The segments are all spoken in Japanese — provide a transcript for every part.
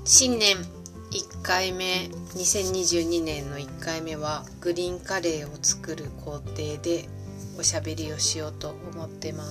新年1回目、2022年の1回目はグリーンカレーを作る工程でおしゃべりをしようと思ってます。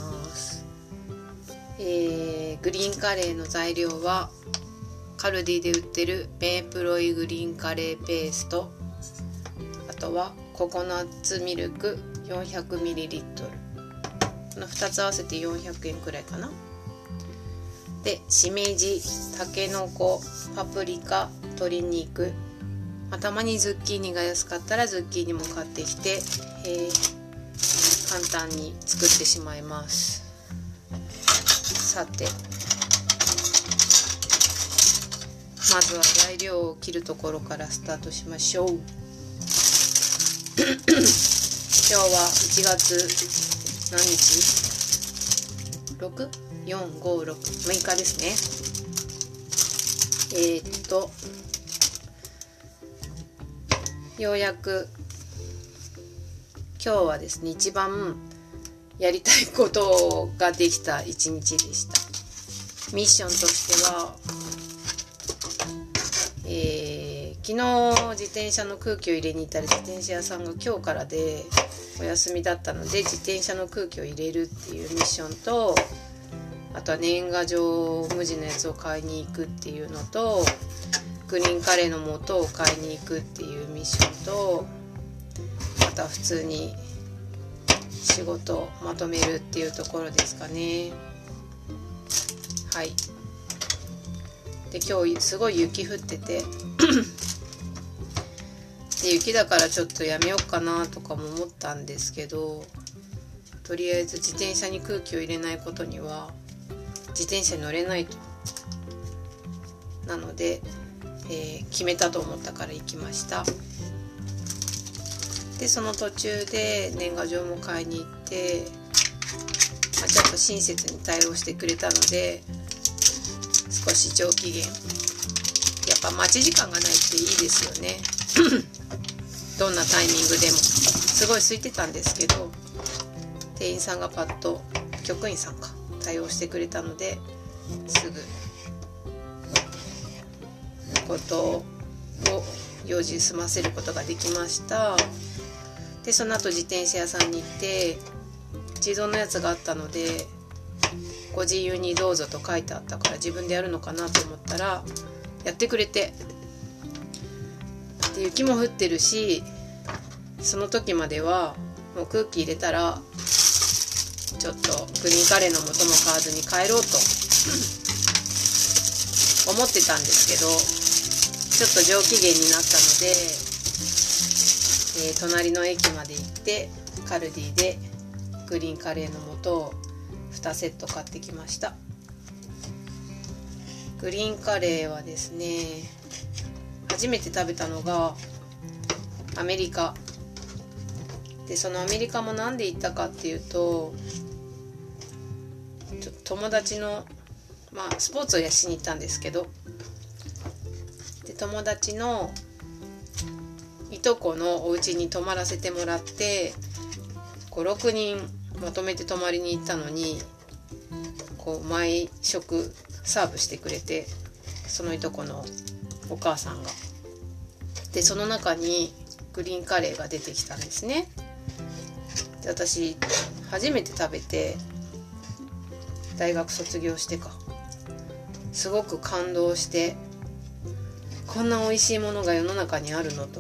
グリーンカレーの材料はカルディで売ってるメープロイグリーンカレーペースト、あとはココナッツミルク 400ml、 この2つ合わせて400円くらいかな。で、しめじ、たけのこ、パプリカ、鶏肉、たまにズッキーニが安かったらズッキーニも買ってきて、簡単に作ってしまいます。さて、まずは材料を切るところからスタートしましょう。今日は1月何日 ?6?4,5,6 日ですね。ようやく今日はですね、一番やりたいことができた一日でした。ミッションとしては、昨日自転車の空気を入れに行ったら、自転車屋さんが今日からでお休みだったので、自転車の空気を入れるっていうミッションと、あとは年賀状無地のやつを買いに行くっていうのと、グリーンカレーの素を買いに行くっていうミッションと、あとは普通に仕事をまとめるっていうところですかね。はい。で、今日すごい雪降っててで、雪だからちょっとやめようかなとかも思ったんですけど、とりあえず自転車に空気を入れないことには自転車に乗れないと。なので、決めたと思ったから行きました。で、その途中で年賀状も買いに行って、ちょっと親切に対応してくれたので、少し上機嫌。やっぱ待ち時間がないっていいですよねどんなタイミングでも。すごい空いてたんですけど、店員さんがパッと、局員さんか対応してくれたので、すぐことを用事済ませることができました。で、その後自転車屋さんに行って、自動のやつがあったので、ご自由にどうぞと書いてあったから自分でやるのかなと思ったらやってくれて、で、雪も降ってるし、その時まではもう空気入れたらちょっとグリーンカレーの素も買わずに帰ろうと思ってたんですけど、ちょっと上機嫌になったので、隣の駅まで行ってカルディでグリーンカレーの素を2セット買ってきました。グリーンカレーはですね、初めて食べたのがアメリカで、そのアメリカもなんで行ったかっていうと、ちょっと友達の、スポーツをしに行ったんですけど、で、友達のいとこのお家に泊まらせてもらって、5、6人まとめて泊まりに行ったのに、毎食サーブしてくれて、そのいとこのお母さんが。で、その中にグリーンカレーが出てきたんですね。で、私初めて食べて、大学卒業してか、すごく感動して、こんな美味しいものが世の中にあるのと、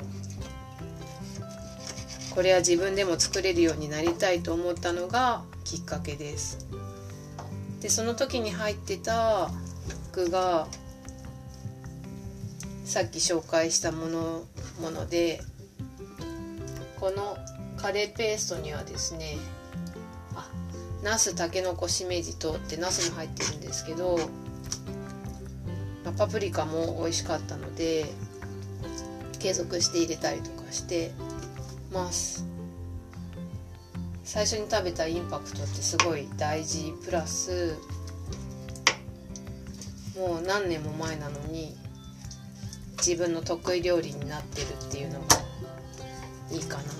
これは自分でも作れるようになりたいと思ったのがきっかけです。で、その時に入ってた具がさっき紹介したもので、このカレーペーストにはですね、ナス、タケノコ、しめじとってナスも入ってるんですけど、パプリカも美味しかったので継続して入れたりとかしてます。最初に食べたインパクトってすごい大事、プラスもう何年も前なのに自分の得意料理になってるっていうのがいいかな。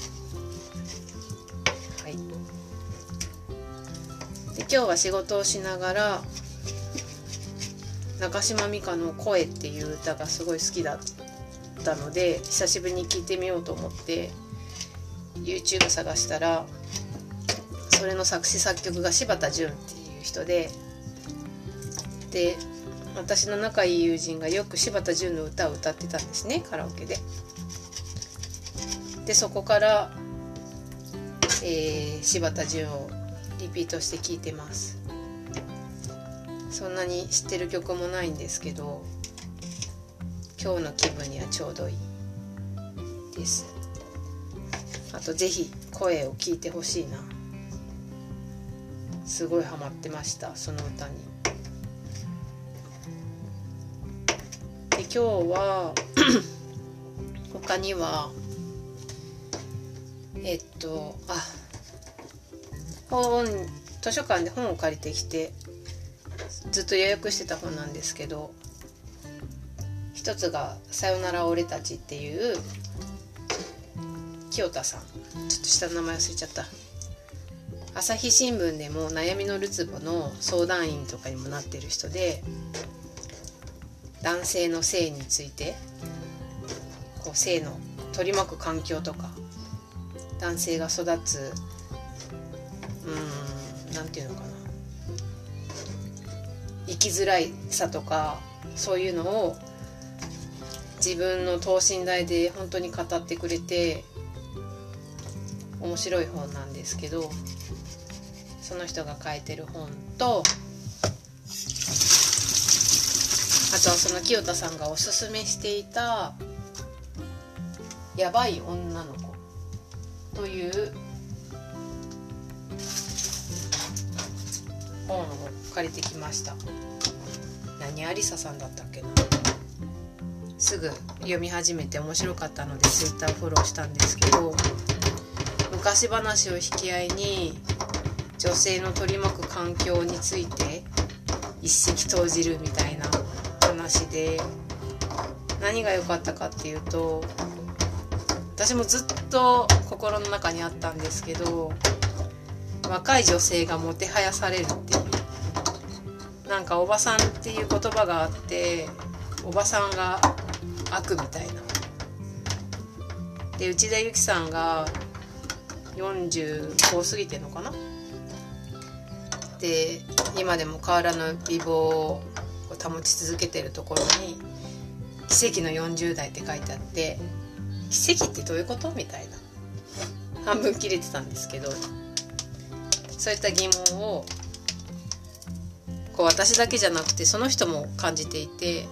はい。で、今日は仕事をしながら中島美嘉の声っていう歌がすごい好きだったので、久しぶりに聴いてみようと思って YouTube 探したら、それの作詞作曲が柴田純っていう人で、私の仲いい友人がよく柴田純の歌を歌ってたんですね、カラオケで。でそこから、柴田純をリピートして聴いてます。そんなに知ってる曲もないんですけど、今日の気分にはちょうどいいです。あとぜひ声を聞いてほしいな。すごいハマってました、その歌に。で今日は他には図書館で本を借りてきてずっと予約してた本なんですけど、一つがさよなら俺たちっていう清田さん、ちょっと下の名前忘れちゃった。朝日新聞でも悩みのるつぼの相談員とかにもなってる人で、男性の性についてこう性の取り巻く環境とか、男性が育つなんていうのかな、生きづらいさとか、そういうのを自分の等身大で本当に語ってくれて面白い本なんですけど、その人が書いてる本と、あとはその清田さんがおすすめしていたやばい女の子という本を借りてきました。何ありささんだったっけな。すぐ読み始めて面白かったので Twitter フォローしたんですけど、昔話を引き合いに女性の取り巻く環境について一石投じるみたいな話で、何が良かったかっていうと、私もずっと心の中にあったんですけど、若い女性がもてはやされるっていう、なんかおばさんっていう言葉があって、おばさんが悪みたいな。で内田有紀さんが45過ぎてんのかな。で今でも変わらぬ美貌を保ち続けてるところに奇跡の40代って書いてあって、奇跡ってどういうことみたいな、半分切れてたんですけど、そういった疑問をこう私だけじゃなくてその人も感じていて、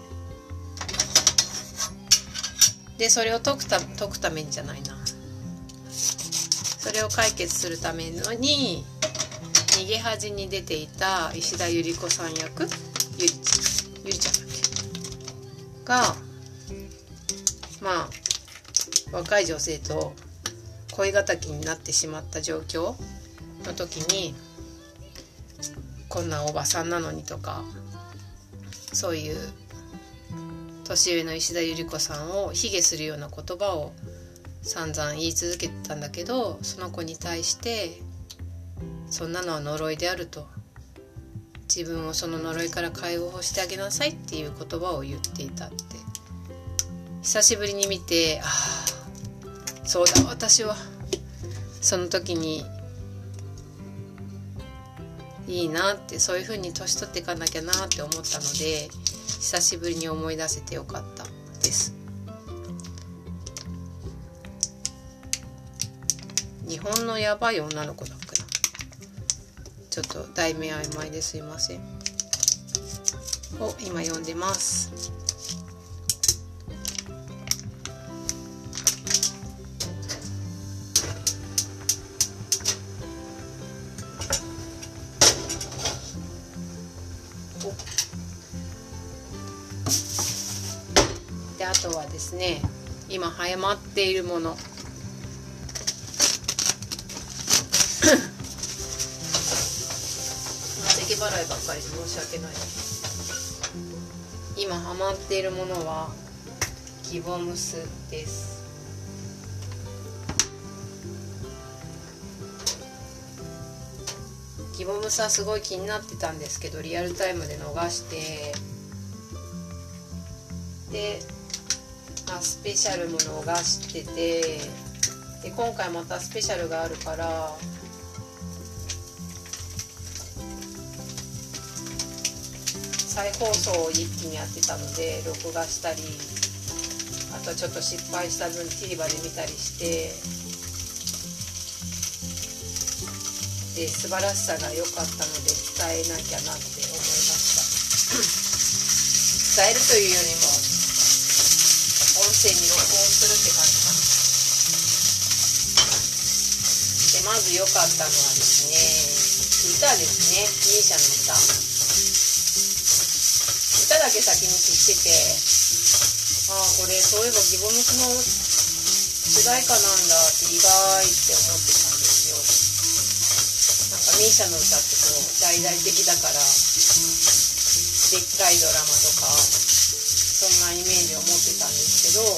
でそれを解くためにじゃないな、それを解決するためのに逃げ恥に出ていた石田ゆり子さん役、ゆりちゃんだっけが、まあ若い女性と恋敵になってしまった状況の時に、こんなおばさんなのにとか、そういう年上の石田ゆり子さんを卑下するような言葉を散々言い続けてたんだけど、その子に対してそんなのは呪いであると、自分をその呪いから解放してあげなさいっていう言葉を言っていたって、久しぶりに見て、そうだ、私はその時にいいなって、そういう風に年取っていかなきゃなって思ったので、久しぶりに思い出せてよかったです。日本のやばい女の子だっけな、ちょっと題名曖昧ですいません。を今読んでます。であとはですね、今ハマっているもの咳払いばっかりで申し訳ない。今ハマっているものはギボムスです。ギボムスはすごい気になってたんですけど、リアルタイムで逃して、 で、スペシャルものが知ってて、で今回またスペシャルがあるから再放送を一気にやってたので録画したり、あとちょっと失敗した分 TVer で見たりして、で素晴らしさが良かったので伝えなきゃなって思いました。伝えるというよりも音声に録音するって感じかな。でまず良かったのはですね、歌ですね。misiaの歌だけ先に知ってて、これそういえばギボムスの主題歌なんだって意外って思ってたんですよ。なんかmisiaの歌ってこう大々的だから、でっかいドラマとかそんなイメージを持ってたんですけど、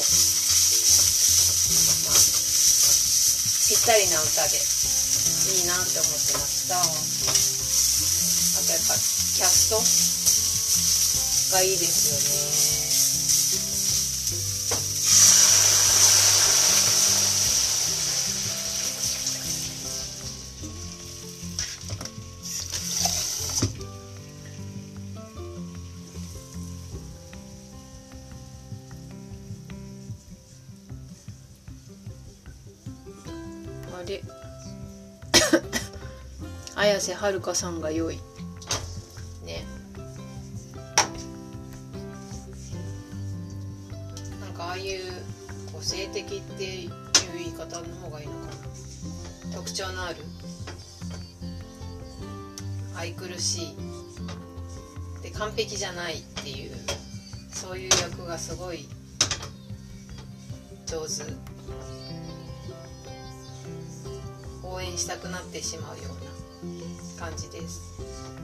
ぴったりな歌でいいなって思ってました。あとやっぱキャストがいいですよね。あれ綾瀬はるかさんが良いね。なんかああいう個性的っていう言い方の方がいいのかな。特徴のある、愛くるしいで完璧じゃないっていう、そういう役がすごい上手。応援したくなってしまうような感じです。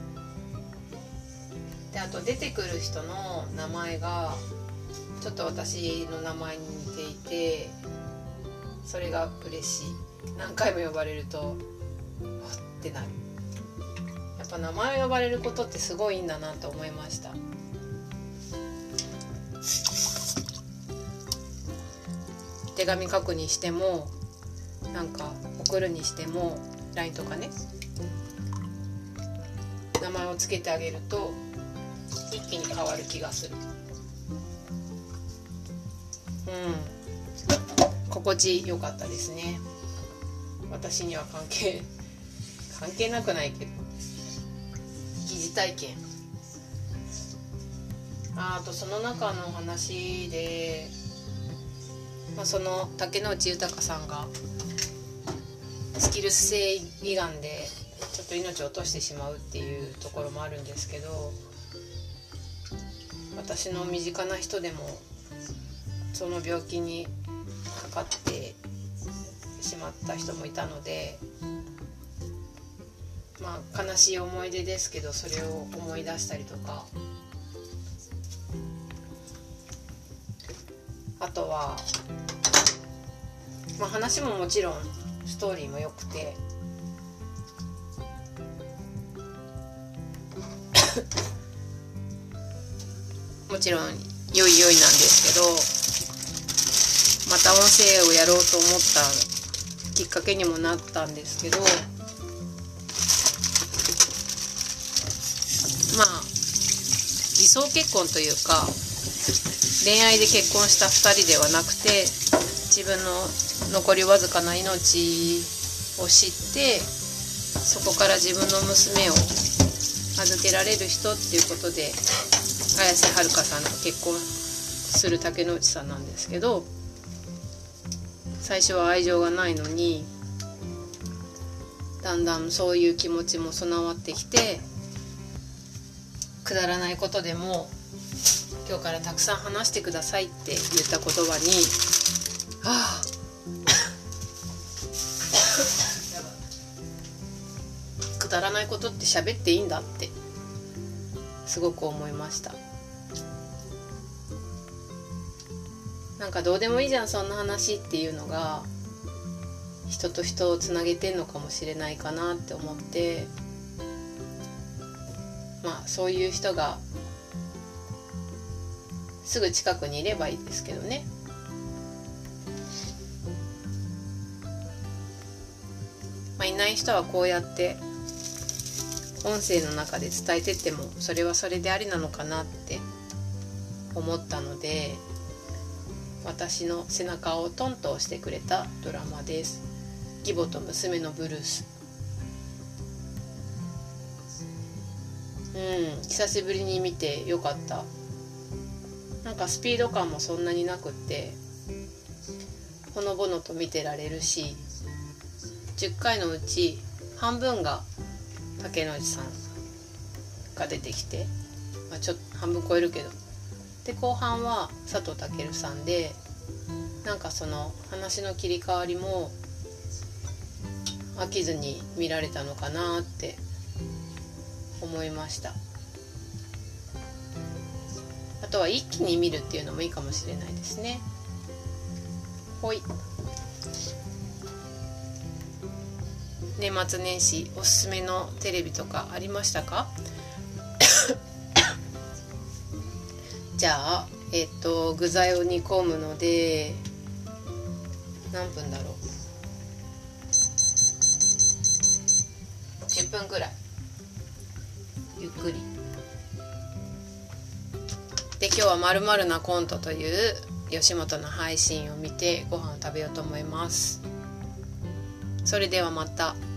であと出てくる人の名前がちょっと私の名前に似ていて、それが嬉しい。何回も呼ばれるとほってなる。やっぱ名前を呼ばれることってすごいんだなと思いました。手紙書くにしても、なんか送るにしても LINE とかね、名前をつけてあげると一気に変わる気がする。心地よかったですね。私には関係なくないけど、疑似体験。あとその中の話で、その竹野内豊さんがスキルス性胃がんでちょっと命を落としてしまうっていうところもあるんですけど、私の身近な人でもその病気にかかってしまった人もいたので、悲しい思い出ですけど、それを思い出したりとか、あとは、話ももちろんストーリーも良くてもちろん良いなんですけど、また音声をやろうと思ったきっかけにもなったんですけど、偽装結婚というか、恋愛で結婚した2人ではなくて、自分の残りわずかな命を知って、そこから自分の娘を預けられる人っていうことで綾瀬はるかさんと結婚する竹野内さんなんですけど、最初は愛情がないのにだんだんそういう気持ちも備わってきて、くだらないことでも今日からたくさん話してくださいって言った言葉にくだらないことって喋っていいんだってすごく思いました。なんかどうでもいいじゃんそんな話っていうのが人と人をつなげてんのかもしれないかなって思って、そういう人がすぐ近くにいればいいですけどね。いない人はこうやって音声の中で伝えてってもそれはそれでありなのかなって思ったので、私の背中をトンと押してくれたドラマです。義母と娘のブルース。久しぶりに見てよかった。なんかスピード感もそんなになくってほのぼのと見てられるし、10回のうち半分が竹野内さんが出てきて、ちょっと半分超えるけど、で後半は佐藤健さんで、なんかその話の切り替わりも飽きずに見られたのかなって思いました。あとは一気に見るっていうのもいいかもしれないですね。ほい。年末年始おすすめのテレビとかありましたか？じゃあ具材を煮込むので何分だろう、10分ぐらいゆっくりで、今日は〇〇なコントという吉本の配信を見てご飯を食べようと思います。それではまた。